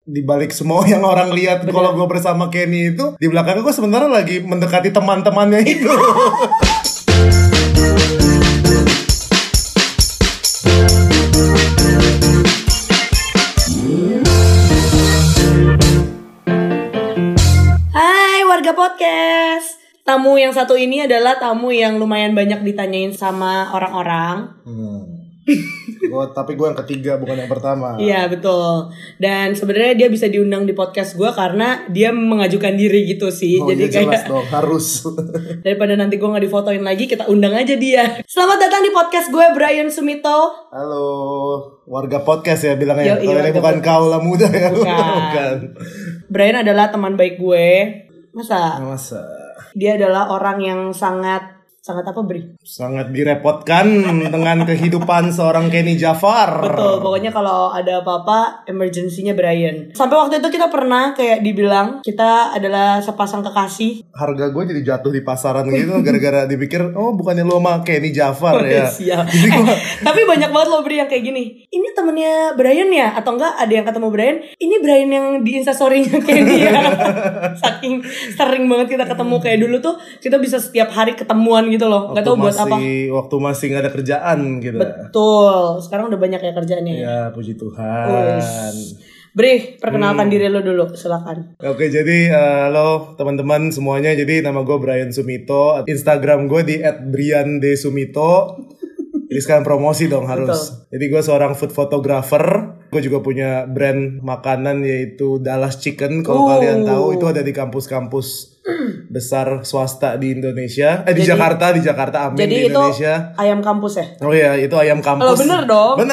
di balik semua yang orang lihat kalau gue bersama Kenny itu, di belakang gue sebenarnya lagi mendekati teman-temannya itu. Hai warga podcast. Tamu yang satu ini adalah tamu yang lumayan banyak ditanyain sama orang-orang. Tapi gue yang ketiga, bukan yang pertama. Iya betul. Dan sebenarnya dia bisa diundang di podcast gue karena dia mengajukan diri gitu sih. Oh, jadi ya jelas kayak dong, harus. daripada nanti gue nggak difotoin lagi, kita undang aja dia. Selamat datang di podcast gue, Brian Sumito. Halo, warga podcast ya bilangnya. Yo, Kalau ini bukan kaula muda ya. Bukan. Brian adalah teman baik gue. Masa? Dia adalah orang yang sangat apa, Bri? Sangat direpotkan dengan kehidupan seorang Kenny Jafar. Betul, pokoknya kalau ada apa-apa emergensinya Brian. Sampai waktu itu kita pernah kayak dibilang kita adalah sepasang kekasih. Harga gue jadi jatuh di pasaran gitu gara-gara dipikir, oh bukannya lo sama Kenny Jafar ya. Siap. Tapi banyak banget loh Bri yang kayak gini. Ini temennya Brian ya? Atau enggak ada yang ketemu Brian, ini Brian yang di instastory-nya Kenny ya. Saking sering banget kita ketemu. Kayak dulu tuh kita bisa setiap hari ketemuan gitu loh. Gak tau buat apa. Waktu masih gak ada kerjaan gitu. Betul. Sekarang udah banyak ya kerjaannya. Ya puji Tuhan. Bri, perkenalkan diri lo dulu, silakan. Oke, jadi halo teman-teman semuanya. Jadi nama gue Brian Sumito. Instagram gue di @briandesumito. Jadi sekarang promosi dong harus. Betul. Jadi gue seorang food photographer. Gue juga punya brand makanan yaitu Dallas Chicken. Kalau kalian tahu, itu ada di kampus-kampus besar swasta di Indonesia. Di Jakarta, Amin, jadi di Indonesia. Jadi itu ayam kampus ya? Oh iya, itu ayam kampus. Oh bener dong. Bener.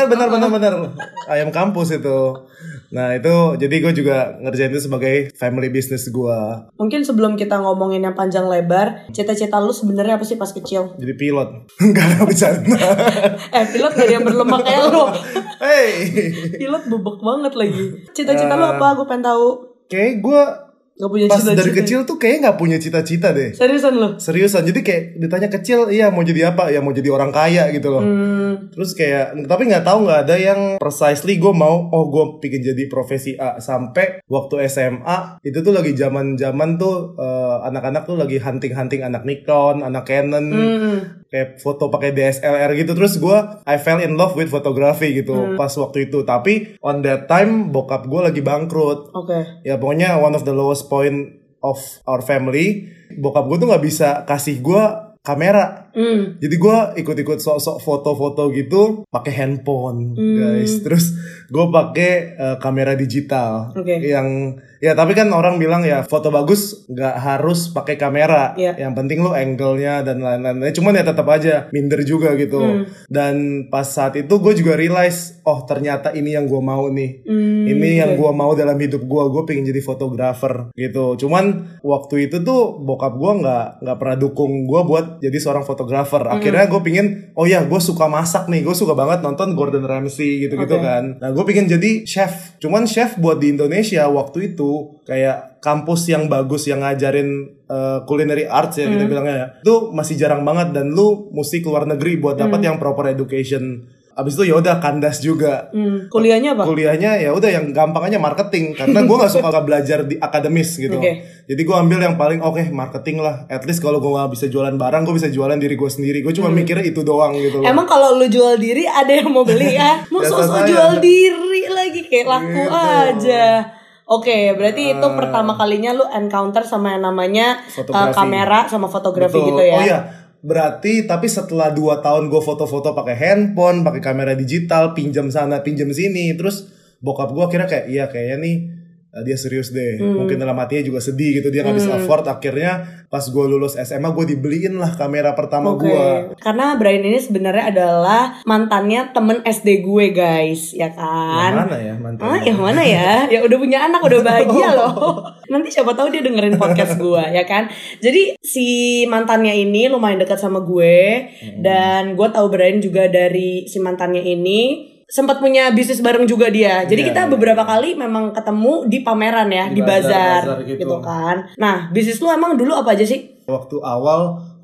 Ayam kampus itu. Nah itu, jadi gue juga ngerjain itu sebagai family business gue. Mungkin sebelum kita ngomongin yang panjang lebar, cita-cita lu sebenarnya apa sih pas kecil? Jadi pilot. Enggak bercanda. Pilot gak ada yang berlemak kayak lu. Hey. Pilot bebek banget lagi. Cita-cita lu apa? Gue pengen tahu. Kayak gue gak punya pas cita-cita. Dari kecil tuh kayaknya gak punya cita-cita deh. Seriusan lu? Seriusan. Jadi kayak ditanya kecil, iya mau jadi apa? Ya mau jadi orang kaya gitu loh. Terus kayak, tapi gak tahu, gak ada yang precisely gue mau, gue pengen jadi profesi A. Sampai waktu SMA, itu tuh lagi zaman tuh anak-anak tuh lagi hunting anak Nikon, anak Canon. Kayak foto pakai DSLR gitu. Terus I fell in love with photography gitu pas waktu itu. Tapi on that time bokap gue lagi bangkrut. Ya pokoknya one of the lowest point of our family. Bokap gue tuh gak bisa kasih gue kamera. Jadi gue ikut-ikut sok-sok foto-foto gitu pakai handphone, guys. Terus gue pakai kamera digital. Yang ya tapi kan orang bilang ya foto bagus nggak harus pakai kamera. Yang penting lu angle-nya dan lain-lain. Cuman ya tetap aja minder juga gitu. Dan pas saat itu gue juga realize, oh ternyata ini yang gue mau nih. Ini yang gue mau dalam hidup gue. Gue pengen jadi fotografer gitu. Cuman waktu itu tuh bokap gue nggak pernah dukung gue buat jadi seorang fotografer. Akhirnya gue pingin, oh ya gue suka masak nih. Gue suka banget nonton Gordon Ramsay gitu-gitu kan. Nah gue pingin jadi chef. Cuman chef buat di Indonesia waktu itu kayak kampus yang bagus yang ngajarin culinary arts ya kita bilangnya ya, itu masih jarang banget. Dan lu mesti keluar negeri buat dapat yang proper education. Abis itu ya udah kandas juga. Kuliahnya apa? Kuliahnya ya udah yang gampang aja marketing, karena gue nggak suka belajar di akademis gitu. Jadi gue ambil yang paling marketing lah. At least kalau gue nggak bisa jualan barang, gue bisa jualan diri gue sendiri. Gue cuma mikirnya itu doang gitu loh. Emang kalau lu jual diri ada yang mau beli ya? Mau sosok jual diri lagi kayak laku gitu aja. Berarti itu pertama kalinya lu encounter sama yang namanya kamera sama fotografi gitu ya? Oh iya. Berarti tapi setelah 2 tahun gue foto-foto pakai handphone, pakai kamera digital, pinjam sana pinjam sini, terus bokap gue akhirnya kayak iya kayaknya nih dia serius deh. Mungkin dalam hatinya juga sedih gitu, dia gak bisa afford. Akhirnya pas gue lulus SMA gue dibeliin lah kamera pertama gue. Karena Brian ini sebenarnya adalah mantannya temen SD gue guys, ya kan? Yang mana ya mantannya? Yang mana ya? Ya udah punya anak, udah bahagia loh. Nanti siapa tahu dia dengerin podcast gue, ya kan? Jadi si mantannya ini lumayan dekat sama gue. Dan gue tahu Brian juga dari si mantannya ini sempat punya bisnis bareng juga dia. Jadi kita beberapa kali memang ketemu di pameran ya, di bazar gitu kan. Nah, bisnis lu emang dulu apa aja sih? Waktu awal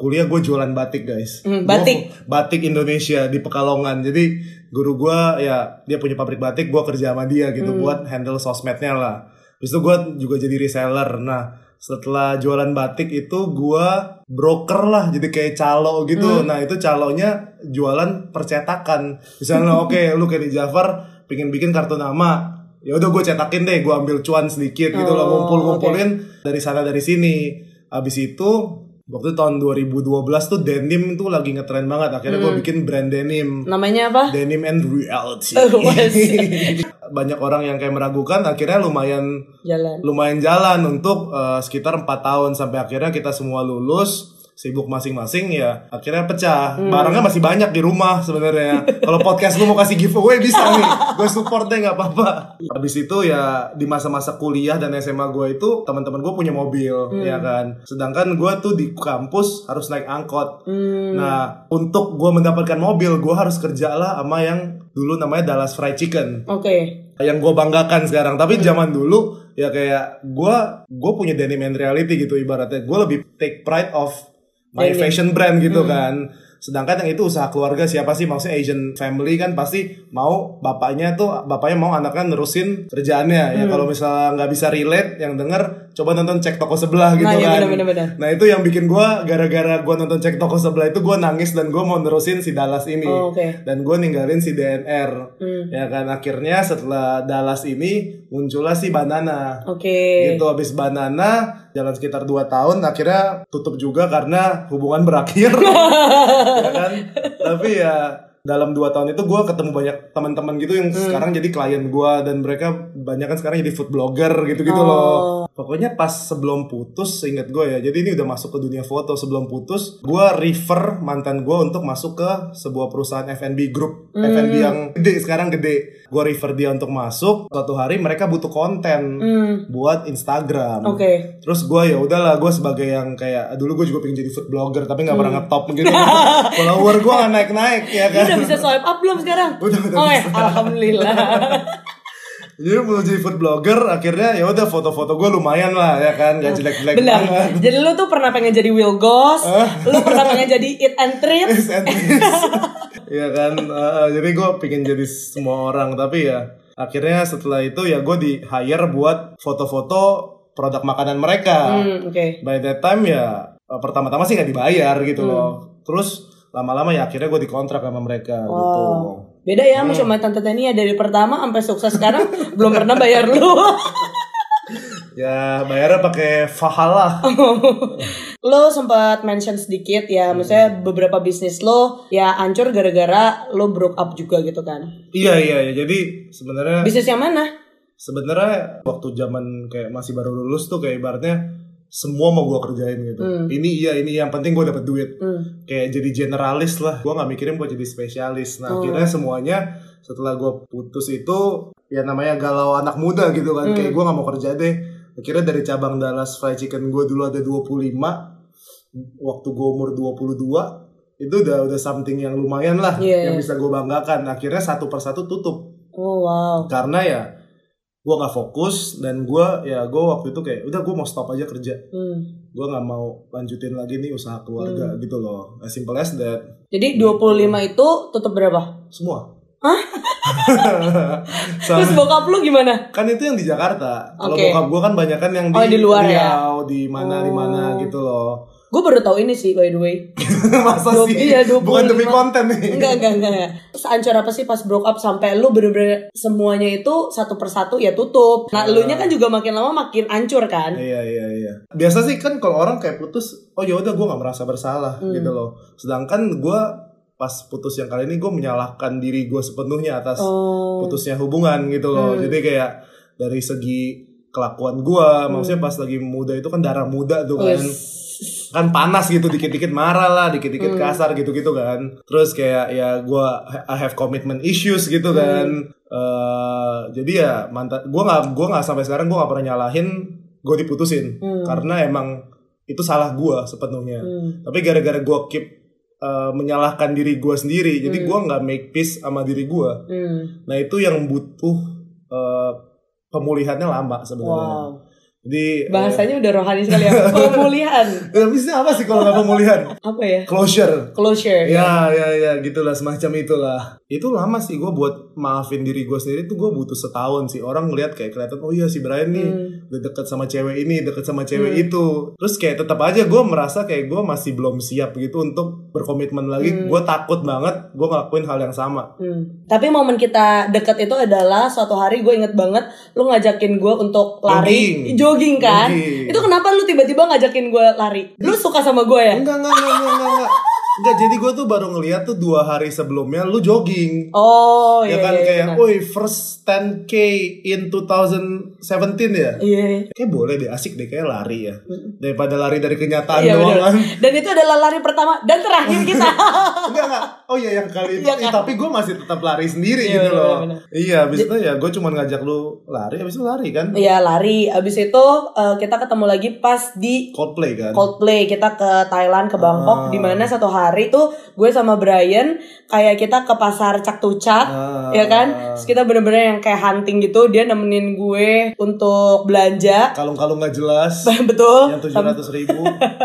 kuliah gue jualan batik guys. Batik? Batik Indonesia di Pekalongan. Jadi guru gue ya dia punya pabrik batik, gue kerja sama dia gitu buat handle sosmednya lah. Terus itu gue juga jadi reseller. Nah setelah jualan batik itu gue broker lah, jadi kayak calo gitu. Nah itu calonya jualan percetakan. Misalnya oke, lu kayak di Jafar pengen bikin kartu nama, ya udah gue cetakin deh, gue ambil cuan sedikit gitu loh, ngumpulin dari sana dari sini. Abis itu waktu tahun 2012 tuh denim tuh lagi ngetren banget. Akhirnya gue bikin brand denim. Namanya apa? Denim and Reality. Banyak orang yang kayak meragukan, akhirnya lumayan jalan untuk sekitar 4 tahun sampai akhirnya kita semua lulus, sibuk masing-masing ya, akhirnya pecah. Barangnya masih banyak di rumah sebenarnya. Kalau podcast lu mau kasih giveaway bisa nih, gue support deh nggak apa-apa. Habis itu ya di masa-masa kuliah dan SMA gue itu teman-teman gue punya mobil, ya kan. Sedangkan gue tuh di kampus harus naik angkot. Nah untuk gue mendapatkan mobil, gue harus kerja lah sama yang dulu namanya Dallas Fried Chicken. Yang gue banggakan sekarang. Tapi zaman dulu ya kayak gue punya Denim and Reality gitu ibaratnya. Gue lebih take pride of my fashion brand gitu kan. Sedangkan yang itu usaha keluarga, siapa sih maksudnya Asian family kan pasti mau bapaknya mau anaknya nerusin kerjaannya. Ya kalau misalnya nggak bisa relate yang denger, coba nonton Cek Toko Sebelah gitu kan. Bener. Nah itu yang bikin gue, gara-gara gue nonton Cek Toko Sebelah itu gue nangis dan gue mau nerusin si Dallas ini. Dan gue ninggalin si DNR. Ya kan akhirnya setelah Dallas ini muncullah si Banana. Gitu habis Banana jalan sekitar 2 tahun, akhirnya tutup juga karena hubungan berakhir. Ya kan? Tapi ya dalam 2 tahun itu gue ketemu banyak teman-teman gitu yang sekarang jadi klien gue, dan mereka banyak kan sekarang jadi food blogger gitu-gitu loh. Pokoknya pas sebelum putus, seingat gue ya, jadi ini udah masuk ke dunia foto. Sebelum putus gue refer mantan gue untuk masuk ke sebuah perusahaan F&B group, F&B yang gede, sekarang gede. Gue refer dia untuk masuk. Suatu hari mereka butuh konten buat Instagram. Terus gue ya udahlah, gue sebagai yang kayak dulu gue juga pengen jadi food blogger tapi nggak pernah ngetop gitu. Follower gue nggak naik-naik ya kan. Udah bisa swipe up belum sekarang? Udah bisa. Alhamdulillah. Jadi mau jadi food blogger, akhirnya ya udah foto-foto gue lumayan lah ya kan, gak jelek-jelek banget. Jadi lu tuh pernah pengen jadi Will Goss, lu pernah pengen jadi Eat and Treats. Iya kan, jadi gue pengen jadi semua orang. Tapi ya akhirnya setelah itu ya gue di hire buat foto-foto produk makanan mereka. By that time ya pertama-tama sih gak dibayar gitu loh. Terus lama-lama ya akhirnya gue dikontrak sama mereka gitu. Beda ya sama Tante Tania, dari pertama sampai sukses sekarang belum pernah bayar lu. Ya bayarnya pakai fahalah. Lo sempat mention sedikit ya, maksudnya beberapa bisnis lo ya hancur gara-gara lo broke up juga gitu kan? Iya. Jadi sebenarnya bisnis yang mana? Sebenarnya waktu zaman kayak masih baru lulus tuh kayak ibaratnya semua mau gue kerjain gitu. Ini yang penting gue dapet duit. Kayak jadi generalis lah. Gue nggak mikirin gue jadi spesialis. Nah akhirnya semuanya setelah gue putus itu ya namanya galau anak muda gitu kan. Kayak gue nggak mau kerja deh. Akhirnya dari cabang Dallas Fried Chicken gue dulu ada 25. Waktu gue umur 22 itu udah something yang lumayan lah yang bisa gue banggakan. Akhirnya satu persatu tutup. Karena ya gue gak fokus, dan gue waktu itu kayak udah gue mau stop aja kerja. Gue gak mau lanjutin lagi nih usaha keluarga gitu loh. As simple as that. Jadi 25 itu tutup berapa? Semua. Hah? Terus bokap lu gimana? Kan itu yang di Jakarta. Kalau bokap gue kan banyak kan yang di luar Riau, di mana gitu loh. Gue baru tahu ini sih by the way. Masa sih? Iya, 25. Bukan demi konten nih. Enggak. Seancur apa sih pas broke up sampai lu bener-bener semuanya itu satu persatu ya tutup. Nah elunya kan juga makin lama makin hancur kan. Iya. Biasa sih kan kalau orang kayak putus, oh ya udah gue gak merasa bersalah gitu loh. Sedangkan gue pas putus yang kali ini gue menyalahkan diri gue sepenuhnya atas putusnya hubungan gitu loh. Jadi kayak dari segi kelakuan gue, maksudnya pas lagi muda itu kan darah muda tuh kan panas gitu, dikit-dikit marah lah, dikit-dikit kasar gitu-gitu kan. Terus kayak ya I have commitment issues gitu kan. Jadi ya gue nggak sampai sekarang gue nggak pernah nyalahin gue diputusin karena emang itu salah gue sepenuhnya. Tapi gara-gara gue keep menyalahkan diri gue sendiri, jadi gue nggak make peace sama diri gue. Nah itu yang butuh pemulihannya lama sebenarnya. Jadi bahasanya udah rohani sekali ya. Pemulihan. Bisa apa sih kalau nggak pemulihan? Apa ya? Closure. Ya. Ya, gitulah semacam itulah. Itu lama sih gue buat maafin diri gue sendiri tuh gue butuh setahun sih. Orang ngeliat kayak kelihatan, oh iya si Brian nih udah deket sama cewek ini, deket sama cewek itu. Terus kayak tetap aja gue merasa kayak gue masih belum siap gitu untuk berkomitmen lagi. Gue takut banget gue ngelakuin hal yang sama. Tapi momen kita deket itu adalah suatu hari gue inget banget lu ngajakin gue untuk lari, jogging kan? Itu kenapa lu tiba-tiba ngajakin gue lari? Lu suka sama gue ya? Enggak. Enggak, jadi gue tuh baru ngeliat tuh 2 hari sebelumnya lu jogging. Oh ya iya. kan Iya, kayak, benar. woi first 10K in 2017 ya. Iya. Kayak boleh deh, asik deh kayak lari ya. Daripada lari dari kenyataan Iya, doang bener. kan. Dan itu adalah lari pertama dan terakhir kita. Enggak. Oh iya yang kali itu. Iya, kan? Tapi gue masih tetap lari sendiri Iya, gitu loh. bener. Iya, abis itu ya gue cuma ngajak lu lari, abis itu lari kan. Iya lari. Abis itu kita ketemu lagi pas di Coldplay kan. Coldplay. Kita ke Thailand, ke Bangkok. Dimana satu hari tuh gue sama Brian kayak kita ke pasar Caktucak, ya kan? Terus kita bener-bener yang kayak hunting gitu. Dia nemenin gue untuk belanja. Kalung-kalung gak jelas. Betul. Yang 700.000.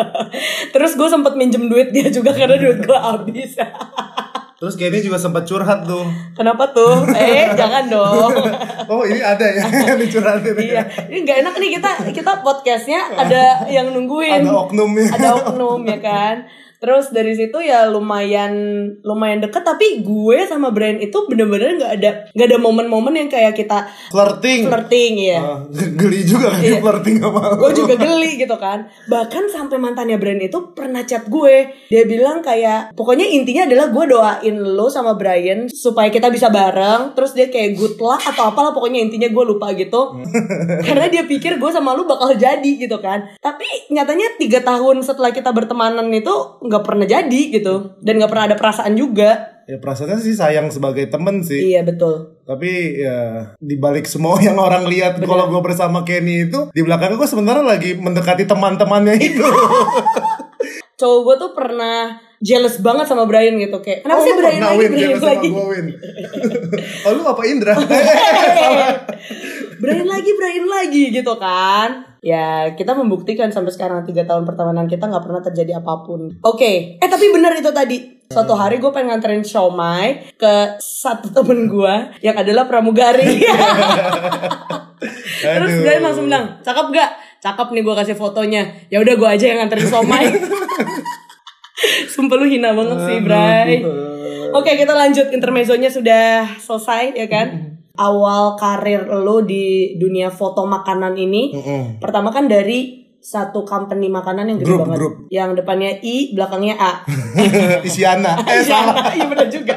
Terus gue sempet minjem duit dia juga karena duit gue habis. Terus kayaknya juga sempat curhat tuh. Kenapa tuh? Jangan dong. Oh ini ada ya yang dicurhatin. Iya, ini nggak enak nih kita podcastnya ada yang nungguin. Ada oknumnya. Ada oknum ya kan. Terus dari situ ya lumayan deket, tapi gue sama Brian itu bener-bener nggak ada momen-momen yang kayak kita flirting ya. Geli juga kan flirting sama lo. Gue juga geli gitu kan. Bahkan sampai mantannya Brian itu pernah chat gue. Dia bilang kayak pokoknya intinya adalah gue doain lo sama Brian supaya kita bisa bareng. Terus dia kayak good luck atau apalah, pokoknya intinya gue lupa gitu. Karena dia pikir gue sama lo bakal jadi gitu kan. Tapi nyatanya 3 tahun setelah kita bertemanan itu nggak pernah jadi gitu, dan nggak pernah ada perasaan juga. Ya perasaannya sih sayang sebagai temen sih. Iya betul. Tapi ya dibalik semua yang orang lihat kalau gue bersama Kenny itu, di belakangnya gue sebenarnya lagi mendekati teman-temannya itu. Cowok gue tuh pernah jealous banget sama Brian gitu, kayak kenapa sih Brian lagi. Oh lu apa Indra? Brian lagi gitu kan. Ya kita membuktikan sampai sekarang 3 tahun pertemanan kita nggak pernah terjadi apapun. Oke. Tapi benar itu tadi. Suatu hari gue pengen nganterin siomay ke satu temen gue yang adalah pramugari. Terus Brian langsung bilang, cakep gak? Cakep nih, gue kasih fotonya. Ya udah gue aja yang nganterin siomay. Sumpah lu hina banget sih Bray. Oke, kita lanjut. Intermezzonya sudah selesai ya kan. Awal karir lo di dunia foto makanan ini pertama kan dari satu company makanan yang gede banget, yang depannya I, belakangnya A. Isyana. Salah. Iya benar juga.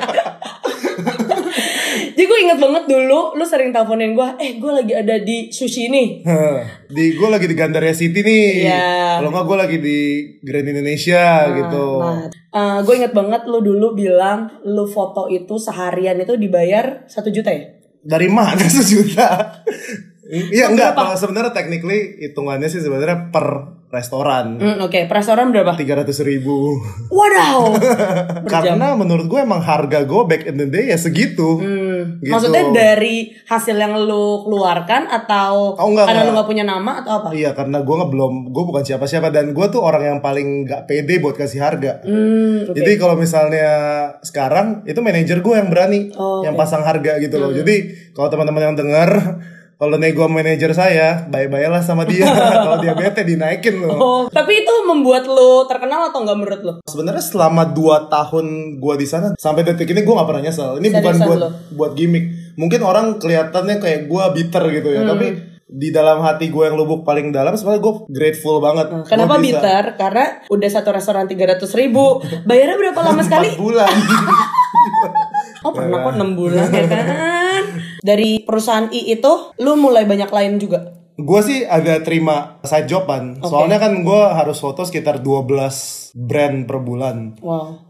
Jadi gue inget banget dulu lu sering teleponin gue, gue lagi ada di sushi nih. Gue lagi di Gandaria City nih. Kalau nggak gue lagi di Grand Indonesia gitu. Gue inget banget lu dulu bilang lu foto itu seharian itu dibayar 1 juta ya? Dari mana 1 juta? Iya enggak, kalau sebenarnya technically hitungannya sih sebenarnya per restoran. Oke, per restoran berapa? 300.000. Wadaw. Karena menurut gue emang harga gue back in the day ya segitu. Gitu. Maksudnya dari hasil yang lu keluarkan atau karena lu gak punya nama atau apa? Iya, karena gue bukan siapa-siapa dan gue tuh orang yang paling gak pede buat kasih harga. Jadi kalau misalnya sekarang itu manajer gue yang berani, yang pasang harga gitu loh. Jadi kalau teman-teman yang denger, kalau nego manajer saya, bye-bye lah sama dia. Kalau dia bete dinaikin loh. Tapi itu membuat lo terkenal atau nggak menurut lo? Sebenarnya selama 2 tahun gue di sana sampai detik ini gue nggak pernah nyesel. Ini bukan buat gimmick. Mungkin orang kelihatannya kayak gue bitter gitu ya, tapi di dalam hati gue yang lubuk paling dalam sebenarnya gue grateful banget. Kenapa bitter? Karena udah satu restoran 300.000. Bayarnya berapa lama sekali? 4 bulan. Pernah kok 6 bulan ya kan. Dari perusahaan I itu lu mulai banyak klien juga? Gue sih agak terima side joban. Soalnya kan gue harus foto sekitar 12 brand per bulan. Wow.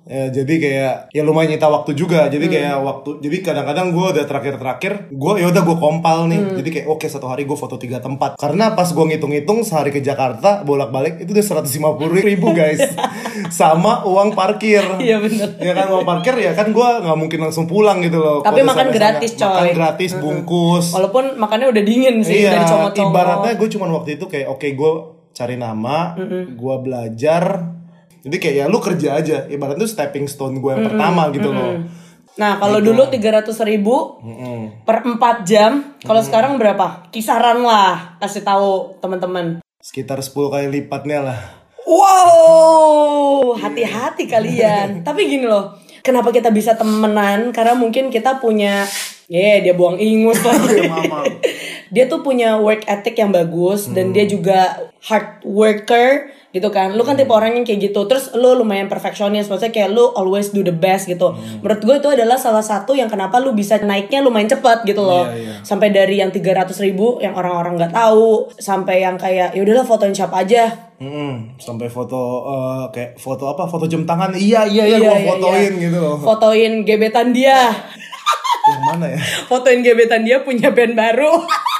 Ya, jadi kayak ya lumayan nyita waktu juga. Jadi kayak jadi kadang-kadang gue udah terakhir gue ya udah gue kompal nih. Jadi kayak oke, satu hari gue foto 3 tempat. Karena pas gue ngitung-ngitung sehari ke Jakarta bolak-balik itu udah 150.000 guys. Sama uang parkir. Iya benar. Ya kan, uang parkir ya kan gue nggak mungkin langsung pulang gitu loh. Tapi makan gratis coy. Makan gratis bungkus. Walaupun makannya udah dingin sih, iya, dari comot-comot. Ibaratnya gue cuman waktu itu kayak oke, gue cari nama, gue belajar. Jadi kayak ya lu kerja aja, ibaratnya itu stepping stone gue yang pertama gitu loh. Nah kalau dulu 300.000 per 4 jam, kalau sekarang berapa? Kisaran lah, kasih tahu teman-teman. Sekitar 10 kali lipatnya lah. Wow, hati-hati kalian. Tapi gini loh, kenapa kita bisa temenan? Karena mungkin kita punya, dia buang ingus lagi. Dia tuh punya work ethic yang bagus dan dia juga hard worker gitu kan. Lu kan tipe orang yang kayak gitu. Terus lu lumayan perfeksionis, maksudnya kayak lu always do the best gitu. Menurut gue itu adalah salah satu yang kenapa lu bisa naiknya lumayan cepat gitu loh. Sampai dari yang 300.000 yang orang-orang nggak tahu, sampai yang kayak ya udahlah fotoin siapa aja. Sampai foto kayak foto jam tangan. Iya gue fotoin gitu loh. Fotoin gebetan dia. Yang mana ya? Fotoin gebetan dia punya band baru.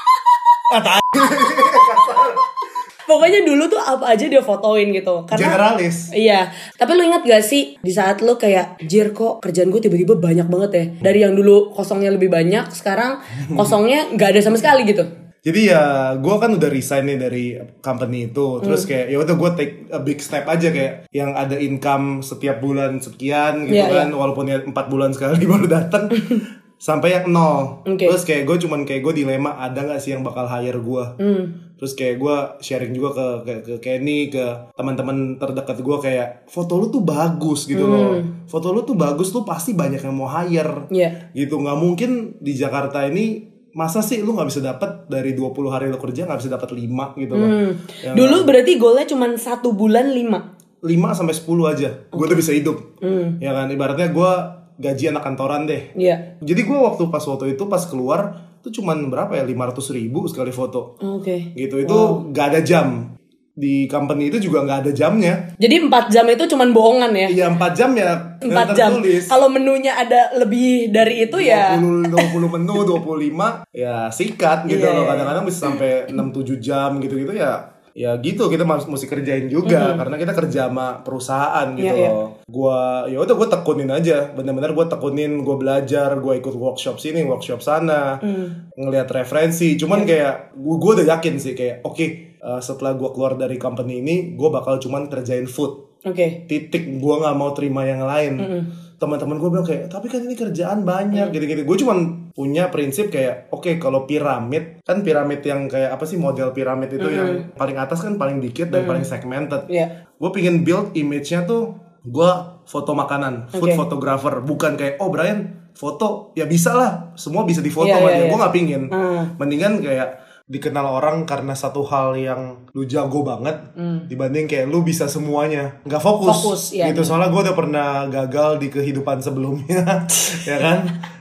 Pokoknya dulu tuh apa aja dia fotoin gitu. Karena generalis. Iya. Tapi lu ingat gak sih di saat lu kayak jir kok kerjaan gue tiba-tiba banyak banget ya. Dari yang dulu kosongnya lebih banyak, sekarang kosongnya gak ada sama sekali gitu. Jadi ya gue kan udah resign nih dari company itu. Terus kayak ya udah gue take a big step aja, kayak yang ada income setiap bulan sekian gitu kan. Walaupun ya 4 bulan sekali baru datang. Sampai yang 0. Terus kayak gue dilema, ada gak sih yang bakal hire gue. Terus kayak gue sharing juga ke Kenny, ke teman-teman terdekat gue, kayak foto lu tuh bagus gitu loh. Foto lu tuh bagus, tuh pasti banyak yang mau hire. Gitu, gak mungkin di Jakarta ini masa sih lu gak bisa dapat dari 20 hari lu kerja gak bisa dapat 5 gitu loh. Dulu berarti goalnya cuma 1 bulan 5 sampai 10 aja. Gue udah bisa hidup. Ya kan, ibaratnya gue gaji anak kantoran deh. Jadi gue waktu itu pas keluar tuh cuman berapa ya, 500.000 sekali foto. Gitu, itu gak ada jam. Di company itu juga gak ada jamnya. Jadi 4 jam itu cuman bohongan ya? Iya, 4 jam ya 4 jam. Kalau menunya ada lebih dari itu 20 menu, 25 ya sikat gitu loh. Kadang-kadang bisa sampai 6-7 jam gitu-gitu ya. Ya gitu, kita mesti kerjain juga karena kita kerja sama perusahaan gitu loh. Gua ya udah gue tekunin aja, benar-benar gue tekunin, gue belajar, gue ikut workshop sini, workshop sana, ngelihat referensi. Cuman kayak gue udah yakin sih kayak oke, setelah gue keluar dari company ini, gue bakal cuman kerjain food. Titik, gue nggak mau terima yang lain. Teman-teman gue bilang kayak, tapi kan ini kerjaan banyak gitu-gitu. Gue cuman punya prinsip kayak, oke, kalau piramid yang kayak apa sih, model piramid itu yang paling atas kan paling dikit dan paling segmented. Gue pengen build image-nya tuh, gue foto makanan, food photographer, bukan kayak Brian foto ya bisa lah, semua bisa difoto sama dia. Gue nggak pingin. Mendingan kayak dikenal orang karena satu hal yang lu jago banget dibanding kayak lu bisa semuanya, nggak fokus gitu. Soalnya gue udah pernah gagal di kehidupan sebelumnya. Ya kan,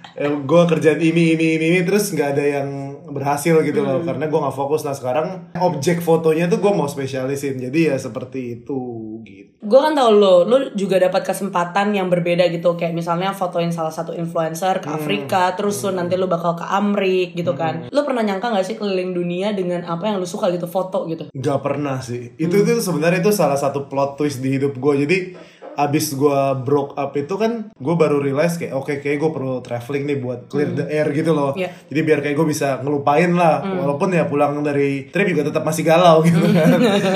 gue kerjaan ini terus nggak ada yang berhasil gitu loh, karena gue nggak fokus. Nah sekarang objek fotonya tuh gue mau spesialisin, jadi ya seperti itu gitu. Gue kan tau lu juga dapat kesempatan yang berbeda gitu, kayak misalnya fotoin salah satu influencer ke Afrika, terus nanti lu bakal ke Amrik gitu kan. Lu pernah nyangka nggak sih keliling dunia dengan apa yang lu suka gitu, foto gitu? Gak pernah sih. Itu sebenarnya itu salah satu plot twist di hidup gue. Jadi abis gue broke up itu kan, gue baru realize kayak oke, kayak gue perlu traveling nih buat clear the air gitu loh. Jadi biar kayak gue bisa ngelupain lah, walaupun ya pulang dari trip juga tetap masih galau gitu kan.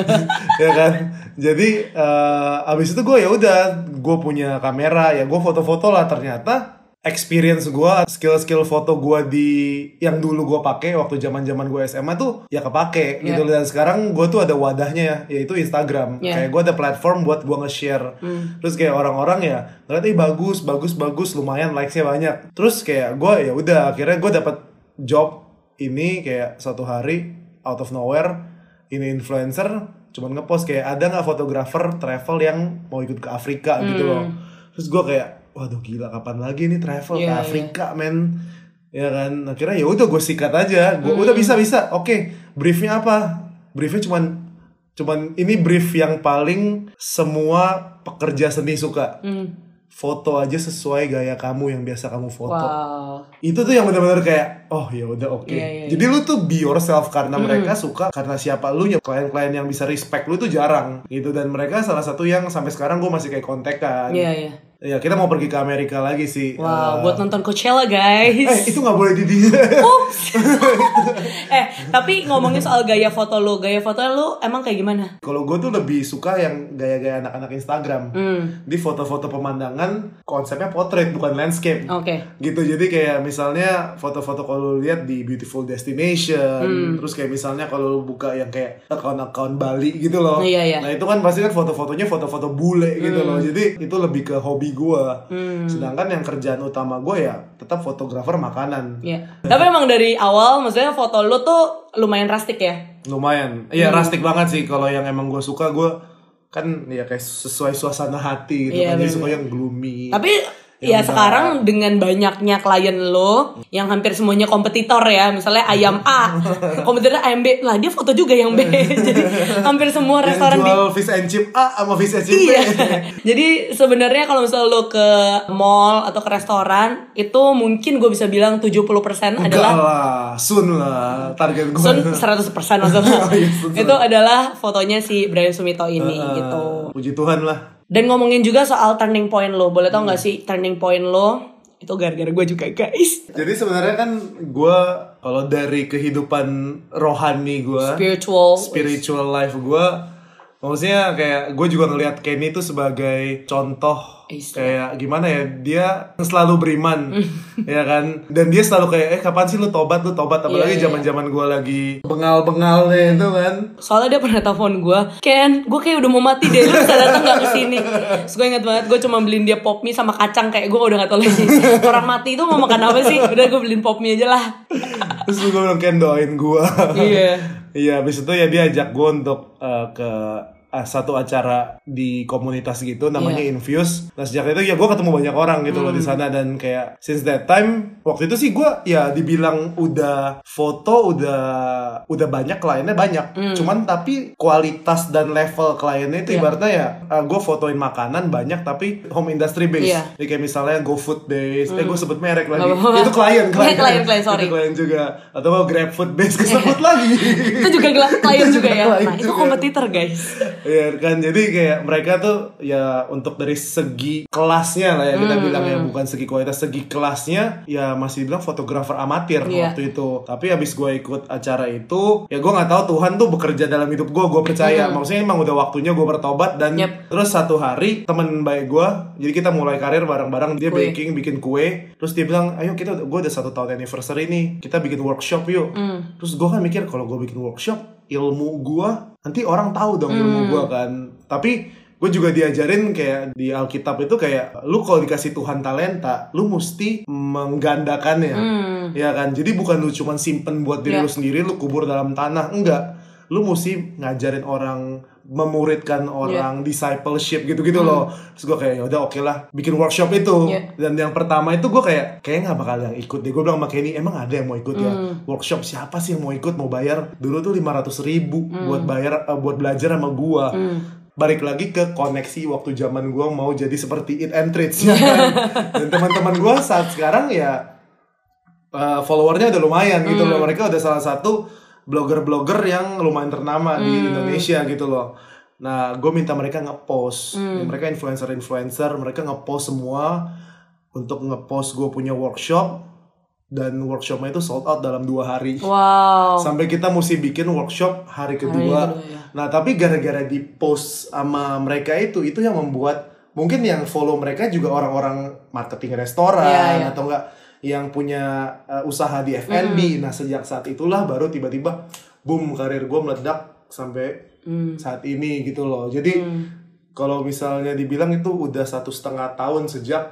Ya kan. Jadi abis itu gue ya udah, gue punya kamera ya, gue foto-foto lah. Ternyata experience gue, skill foto gue di yang dulu gue pakai waktu zaman gue SMA tuh ya kepake gitu. Dan sekarang gue tuh ada wadahnya, yaitu Instagram. Kayak gue ada platform buat gue nge-share. Terus kayak orang-orang ya ngeliat bagus, lumayan likes-nya banyak. Terus kayak gue ya udah, akhirnya gue dapat job ini kayak satu hari out of nowhere, ini influencer cuman ngepost kayak ada nggak fotografer travel yang mau ikut ke Afrika gitu loh. Terus gue kayak waduh gila, kapan lagi nih travel ke Afrika men, ya kan. Akhirnya ya udah gue sikat aja, gue udah bisa. Oke, briefnya apa? Briefnya cuman ini brief yang paling semua pekerja seni suka. foto aja sesuai gaya kamu yang biasa kamu foto. Wow. Itu tuh yang benar-benar kayak oh ya udah oke. Iya. Jadi lu tuh be yourself karena mereka suka karena siapa lu, klien-klien yang bisa respect lu tuh jarang gitu, dan mereka salah satu yang sampai sekarang gue masih kayak kontekan. Iya. Ya kita mau pergi ke Amerika lagi sih. Wow, buat nonton Coachella guys. Itu nggak boleh Ups. Tapi ngomongin soal gaya foto lu emang kayak gimana? Kalau gue tuh lebih suka yang gaya-gaya anak-anak Instagram. Di foto-foto pemandangan konsepnya portrait bukan landscape. Oke. Gitu, jadi kayak misalnya foto-foto kalau lu lihat di beautiful destination, terus kayak misalnya kalau lu buka yang kayak account Bali gitu loh. Iya. Nah itu kan pasti kan foto-fotonya foto-foto bule gitu loh. Jadi itu lebih ke hobi gue. Sedangkan yang kerjaan utama gue ya tetap fotografer makanan. Iya. Tapi emang dari awal maksudnya foto lu tuh lumayan rustic ya? Lumayan. Iya rustic banget sih. Kalau yang emang gue suka, gue kan ya kayak sesuai suasana hati gitu. Iya, kan. Jadi suka yang gloomy. Tapi ya sekarang dengan banyaknya klien lo yang hampir semuanya kompetitor ya, misalnya ayam A, kompetitor ayam B, lah dia foto juga yang B. Jadi hampir semua yang restoran jual fish and chip A sama fish and chip B. Iya. Jadi sebenarnya kalau misalnya lo ke mall atau ke restoran, itu mungkin gue bisa bilang 70% adalah enggak lah, soon lah target gue. Soon 100% maksudnya. Itu adalah fotonya si Brian Sumito ini gitu. Puji Tuhan lah. Dan ngomongin juga soal turning point lo, boleh tau gak sih turning point lo itu gara-gara gue juga guys. Jadi sebenarnya kan gue kalau dari kehidupan rohani gue, spiritual life gue, maksudnya kayak gue juga ngelihat Kenny itu sebagai contoh kayak gimana ya, dia selalu beriman ya kan, dan dia selalu kayak kapan sih lu tobat apalagi zaman-zaman gue lagi bengal-bengalnya itu kan. Soalnya dia pernah telepon gue, Ken, gue kayak udah mau mati deh, lu bisa datang nggak kesini? Terus gue ingat banget, gue cuma beliin dia pop mie sama kacang, kayak gue udah nggak tahu lagi orang mati itu mau makan apa sih, udah gue beliin pop mie aja lah. Terus gue bilang, Ken doain gue. Iya, abis itu ya dia ajak gue untuk ke satu acara di komunitas gitu namanya Infuse. Nah sejak itu ya gue ketemu banyak orang gitu loh di sana, dan kayak since that time waktu itu sih gue ya dibilang udah foto udah banyak kliennya banyak, cuman tapi kualitas dan level kliennya itu ibaratnya ya gue fotoin makanan banyak tapi home industry base. Jadi kayak misalnya GoFood base, gue sebut merek lagi. Itu klien sorry. Itu klien juga, atau GrabFood base kesebut lagi. Itu juga klien juga ya. Nah itu kompetitor guys. Iya kan, jadi kayak mereka tuh ya untuk dari segi kelasnya lah ya kita bilang ya, bukan segi kualitas, segi kelasnya ya masih dibilang fotografer amatir waktu itu. Tapi abis gue ikut acara itu ya gue nggak tahu Tuhan tuh bekerja dalam hidup gue percaya. Maksudnya emang udah waktunya gue bertobat, dan terus satu hari temen baik gue, jadi kita mulai karir bareng-bareng, dia bikin kue, terus dia bilang ayo gue udah 1 tahun anniversary nih, kita bikin workshop yuk. Terus gue kan mikir kalau gue bikin workshop, ilmu gue nanti orang tahu dong ilmu gue kan. Tapi gue juga diajarin kayak di Alkitab itu kayak lu kalau dikasih Tuhan talenta, lu mesti menggandakannya. Ya kan, jadi bukan lu cuma simpen buat diri lu sendiri, lu kubur dalam tanah, enggak. Lu mesti ngajarin orang, memuridkan orang, discipleship gitu-gitu loh. Terus gue kayak yaudah oke lah, bikin workshop itu. Dan yang pertama itu gue kayaknya gak bakal yang ikut deh. Gue bilang sama Kenny, emang ada yang mau ikut ya workshop? Siapa sih yang mau ikut, mau bayar? Dulu tuh 500.000 buat bayar, buat belajar sama gue. Balik lagi ke koneksi waktu zaman gue mau jadi seperti Eat and Treats. Dan teman-teman gue saat sekarang ya followernya udah lumayan gitu loh. Mereka udah salah satu blogger-blogger yang lumayan ternama di Indonesia gitu loh. Nah, gue minta mereka nge-post. Mereka influencer-influencer, mereka nge-post semua untuk nge-post gue punya workshop, dan workshopnya itu sold out dalam 2 hari. Wow. Sampai kita mesti bikin workshop hari kedua. Nah, tapi gara-gara di post sama mereka itu yang membuat mungkin yang follow mereka juga orang-orang marketing restoran atau enggak yang punya usaha di F&B. Nah sejak saat itulah baru tiba-tiba boom, karir gue meledak sampai saat ini gitu loh. Jadi kalau misalnya dibilang itu udah 1,5 tahun sejak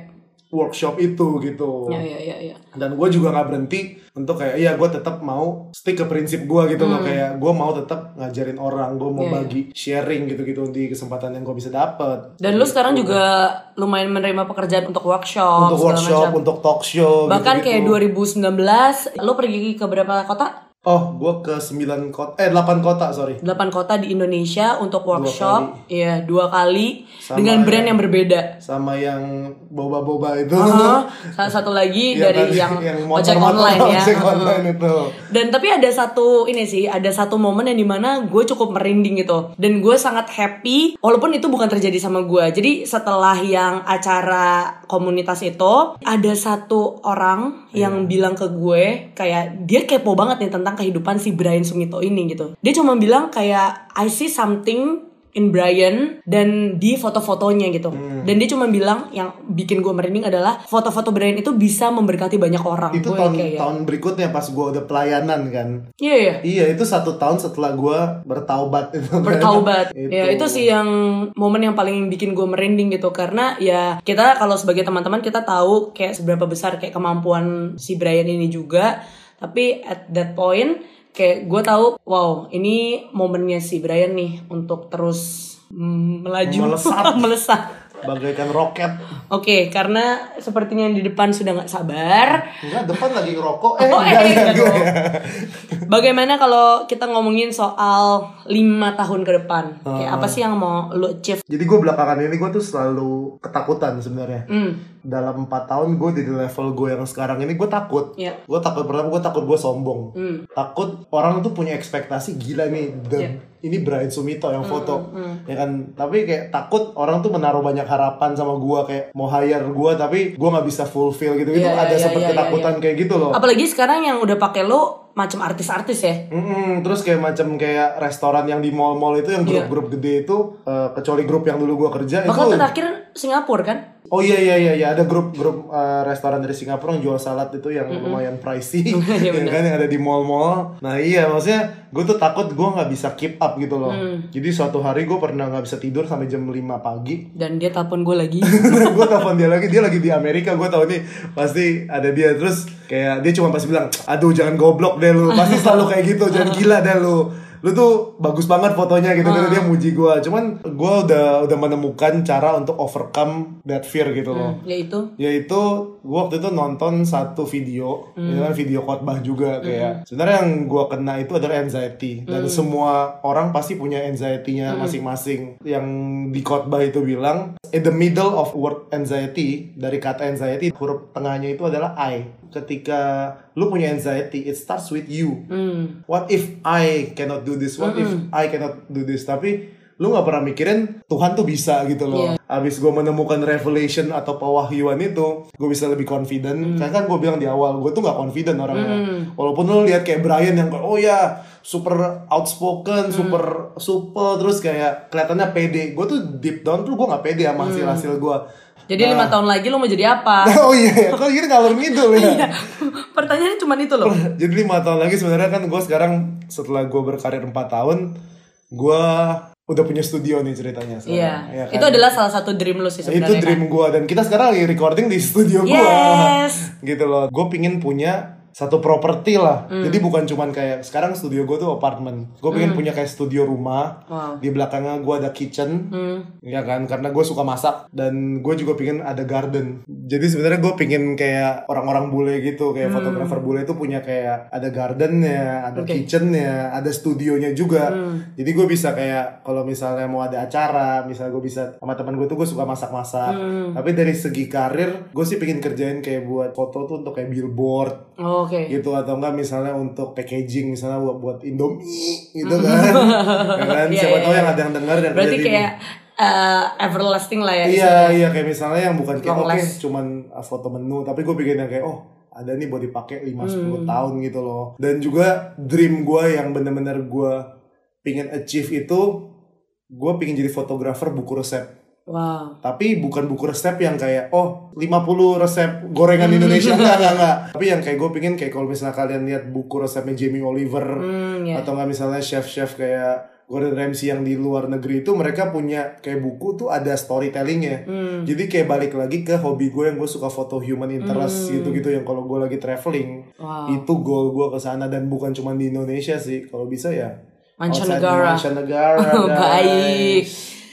workshop itu gitu. Dan gue juga gak berhenti untuk kayak gue tetap mau stick ke prinsip gue gitu loh. Kayak gue mau tetap ngajarin orang, gue mau bagi sharing gitu-gitu di kesempatan yang gue bisa dapet. Dan lu sekarang juga lumayan menerima pekerjaan untuk workshop, untuk talk show bahkan gitu. Kayak 2019 lu pergi ke berapa kota? Oh, gue ke 8 kota, sorry. 8 kota di Indonesia untuk 2 workshop. Iya, 2 kali Sama dengan brand yang berbeda. Sama yang boba-boba itu. Salah satu lagi Iya, dari yang ojek motor-motor, online ya. ojek online itu. Dan tapi ada satu momen yang dimana gue cukup merinding gitu. Dan gue sangat happy walaupun itu bukan terjadi sama gue. Jadi setelah yang acara komunitas itu, ada satu orang yang bilang ke gue kayak dia kepo banget nih tentang kehidupan si Brian Sumito ini gitu. Dia cuma bilang kayak I see something in Brian dan di foto-fotonya gitu. Dan dia cuma bilang yang bikin gue merinding adalah foto-foto Brian itu bisa memberkati banyak orang. Itu tahun berikutnya pas gue udah pelayanan kan. Iya. Iya, itu 1 tahun setelah gue bertaubat itu. Bertaubat. Ya itu sih yang momen yang paling bikin gue merinding gitu. Karena ya kita kalau sebagai teman-teman kita tahu kayak seberapa besar kayak kemampuan si Brian ini juga. Tapi at that point kayak gue tahu, wow, ini momennya si Brian nih untuk terus melaju, melesat. Bagaikan roket. Oke, karena sepertinya yang di depan sudah gak sabar. Enggak, depan lagi ngerokok. Enggak dong. Bagaimana kalau kita ngomongin soal 5 tahun ke depan? Kayak apa sih yang mau lu achieve? Jadi gue belakangan ini gue tuh selalu ketakutan sebenarnya. Dalam 4 tahun gue di level gue yang sekarang ini gue takut. Gue takut, pertama gue takut gue sombong. Takut orang tuh punya ekspektasi gila nih. Ini Brian Sumito yang foto. Ya kan, tapi kayak takut orang tuh menaruh banyak harapan sama gue, kayak mau hire gue tapi gue nggak bisa fulfill gitu. Ada seperti ketakutan kayak gitu loh. Apalagi sekarang yang udah pakai lo macam artis-artis ya. Terus kayak macam kayak restoran yang di mall-mall itu yang grup-grup gede itu, kecuali grup yang dulu gue kerja. Bahkan itu terakhir Singapura kan? Oh iya ada grup restoran dari Singapura yang jual salad itu yang lumayan pricey. Yang kan yang ada di mall-mall. Nah iya, maksudnya gue tuh takut gue nggak bisa keep up gitu loh. Jadi suatu hari gue pernah nggak bisa tidur sampai jam 5 pagi. Dan dia telepon gue lagi. Gue telepon dia lagi di Amerika. Gue tahu nih pasti ada dia. Terus kayak dia cuma pasti bilang, aduh jangan goblok deh lu. Pasti selalu kayak gitu, jangan gila deh lu. Lu tuh bagus banget fotonya gitu. Dia muji gue. Cuman gue udah menemukan cara untuk overcome that fear gitu loh. Yaitu gue waktu itu nonton satu video, itu kan video khotbah juga kayak. Sebenarnya yang gue kena itu adalah anxiety. Dan semua orang pasti punya anxiety-nya masing-masing. Yang di khotbah itu bilang, in the middle of word anxiety, dari kata anxiety, huruf tengahnya itu adalah I. Ketika lu punya anxiety, it starts with you. What if I cannot do this? What if I cannot do this? Tapi lu gak pernah mikirin Tuhan tuh bisa gitu loh. Abis gue menemukan revelation atau pewahyuan itu, gue bisa lebih confident. Karena kan gue bilang di awal, gue tuh gak confident orangnya. Walaupun lu lihat kayak Brian yang oh ya super outspoken, super supel, terus kayak kelihatannya pede. Gue tuh deep down tuh gue gak pede sama hasil gue. Jadi 5 tahun lagi lo mau jadi apa? Oh iya, kok gini ngalur ngidul ya. Pertanyaannya cuma itu loh. Jadi 5 tahun lagi sebenarnya kan gue sekarang setelah gue berkarir 4 tahun, gue udah punya studio nih ceritanya sekarang. Iya. Ya kan? Itu adalah salah satu dream lo sih sebenarnya. Itu dream gue, dan kita sekarang lagi recording di studio gue. Gitu loh. Gue pingin punya satu properti lah. Jadi bukan cuman kayak sekarang studio gue tuh apartemen. Gue pengen punya kayak studio rumah. Di belakangnya gue ada kitchen. Ya kan, karena gue suka masak. Dan gue juga pengen ada garden. Jadi sebenarnya gue pengen kayak orang-orang bule gitu, kayak fotografer bule itu punya kayak ada gardennya, ada kitchennya, ada studionya juga. Jadi gue bisa kayak kalau misalnya mau ada acara, misalnya gue bisa sama teman gue tuh gue suka masak-masak. Tapi dari segi karir, gue sih pengen kerjain kayak buat foto tuh untuk kayak billboard. Gitu, atau enggak misalnya untuk packaging, misalnya buat Indomie gitu kan. Ya kan, siapa tahu yang ada yang dengar dan berarti kayak everlasting lah ya. Iya kayak misalnya yang bukan kayak cuman foto menu, tapi gue bikin yang kayak ada nih buat dipakai 5-10 tahun gitu loh. Dan juga dream gue yang bener-bener gue pengen achieve itu, gue pengen jadi fotografer buku resep. Tapi bukan buku resep yang kayak 50 resep gorengan Indonesia, enggak. Tapi yang kayak gue pengen kayak kalau misalnya kalian lihat buku resepnya Jamie Oliver, atau enggak misalnya chef-chef kayak Gordon Ramsay yang di luar negeri itu, mereka punya kayak buku tuh ada storytellingnya. Jadi kayak balik lagi ke hobi gue yang gue suka foto human interest gitu-gitu, yang kalau gue lagi traveling itu goal gue ke sana. Dan bukan cuma di Indonesia sih, kalau bisa ya mancanegara. Baik.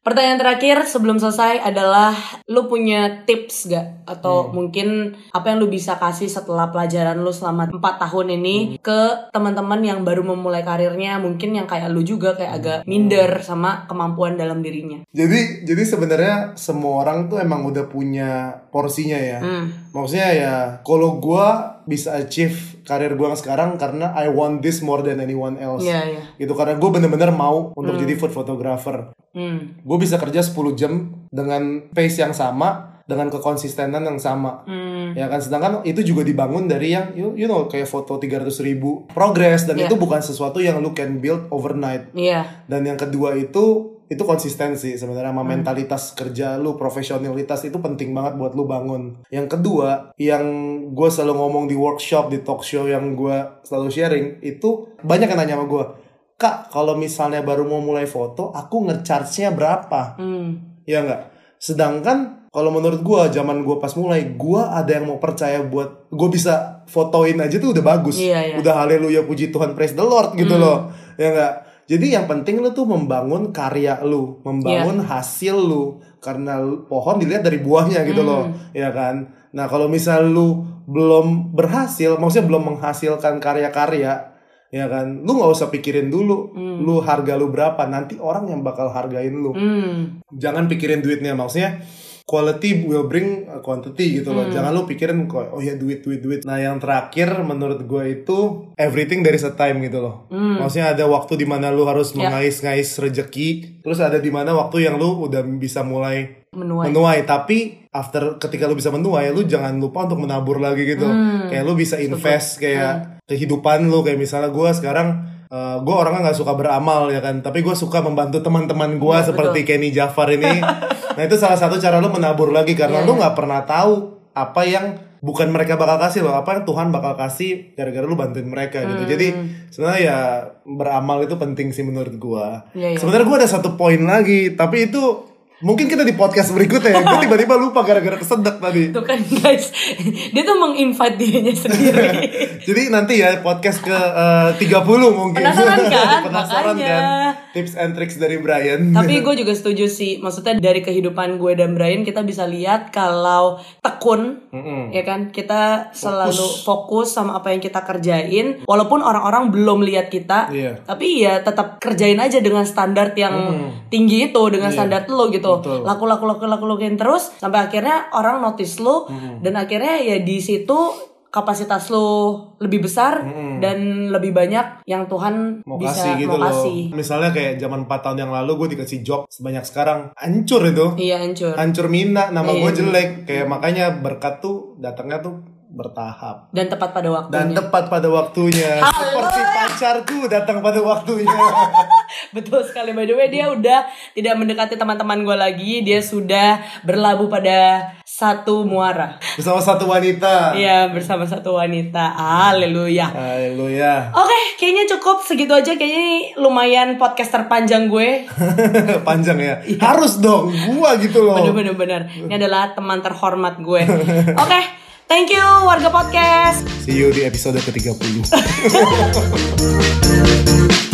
Pertanyaan terakhir sebelum selesai adalah lu punya tips gak? Atau mungkin apa yang lu bisa kasih setelah pelajaran lu selama 4 tahun ini ke teman-teman yang baru memulai karirnya, mungkin yang kayak lu juga kayak agak minder sama kemampuan dalam dirinya. Jadi sebenarnya semua orang tuh emang udah punya porsinya ya. Maksudnya ya kalau gue bisa achieve karir gue sekarang karena I want this more than anyone else. Gitu, karena gue bener-bener mau untuk jadi food photographer. Gue bisa kerja 10 jam dengan pace yang sama, dengan kekonsistenan yang sama. Ya kan, sedangkan itu juga dibangun dari yang you know kayak foto 300.000 progress, dan itu bukan sesuatu yang lu can build overnight. Dan yang kedua itu konsistensi sebenarnya sama mentalitas kerja lu, profesionalitas itu penting banget buat lu bangun. Yang kedua, yang gue selalu ngomong di workshop, di talk show yang gue selalu sharing, itu banyak yang nanya sama gue, Kak, kalau misalnya baru mau mulai foto, aku nge-charge-nya berapa? Ya nggak? Sedangkan kalau menurut gue, zaman gue pas mulai, gue ada yang mau percaya buat gue bisa fotoin aja tuh udah bagus. Udah haleluya, puji Tuhan, praise the Lord gitu loh. Ya nggak? Jadi yang penting lu tuh membangun karya lu, membangun hasil lu. Karena pohon dilihat dari buahnya gitu loh. Ya kan? Nah kalau misal lu belum berhasil, maksudnya belum menghasilkan karya-karya, ya kan, lu nggak usah pikirin dulu lu harga lu berapa, nanti orang yang bakal hargain lu. Jangan pikirin duitnya, maksudnya quality will bring quantity gitu loh. Jangan lu pikirin oh ya duit. Nah yang terakhir menurut gue itu everything there is a time gitu loh. Maksudnya ada waktu di mana lu harus mengais-ngais rezeki, terus ada di mana waktu yang lu udah bisa mulai menuai. Tapi ketika lu bisa menuai, lu jangan lupa untuk menabur lagi gitu. Kayak lu bisa invest kayak kehidupan lu, kayak misalnya gue sekarang gue orangnya nggak suka beramal ya kan, tapi gue suka membantu teman-teman gue seperti Kenny Jafar ini. Nah itu salah satu cara lu menabur lagi, karena lu nggak pernah tahu apa yang bukan mereka bakal kasih loh, apa yang Tuhan bakal kasih gara-gara lu bantuin mereka gitu. Jadi sebenarnya ya beramal itu penting sih menurut gue. Sebenarnya gue ada satu poin lagi, tapi itu mungkin kita di podcast berikutnya ya. Gue tiba-tiba lupa gara-gara kesedek tadi. Tuh kan guys, dia tuh meng-invite dirinya sendiri. Jadi nanti ya podcast ke 30 mungkin. Penasaran kan? Penasaran kan? Tips and tricks dari Brian. Tapi gue juga setuju sih. Maksudnya dari kehidupan gue dan Brian, kita bisa lihat kalau tekun, ya kan, kita selalu fokus sama apa yang kita kerjain. Walaupun orang-orang belum lihat kita, tapi ya tetap kerjain aja dengan standar yang tinggi itu, dengan standar lo gitu. Lakuin terus sampai akhirnya orang notice lo, dan akhirnya ya di situ kapasitas lo lebih besar dan lebih banyak yang Tuhan mau bisa kasih gitu mau kasih. Misalnya kayak zaman 4 tahun yang lalu gue dikasih job sebanyak sekarang, hancur itu. Iya, hancur mina, nama gue jelek. Kayak makanya berkat tuh datangnya tuh bertahap dan tepat pada waktunya. Seperti pacarku datang pada waktunya. Betul sekali. By the way, dia udah tidak mendekati teman-teman gue lagi. Dia sudah berlabuh pada satu muara bersama satu wanita. Iya, bersama satu wanita. Haleluya. Oke, kayaknya cukup segitu aja. Kayaknya ini lumayan podcast terpanjang gue. Panjang ya? Harus dong, gua gitu loh. Bener. Ini adalah teman terhormat gue. Oke, thank you warga podcast. See you di episode ke-30.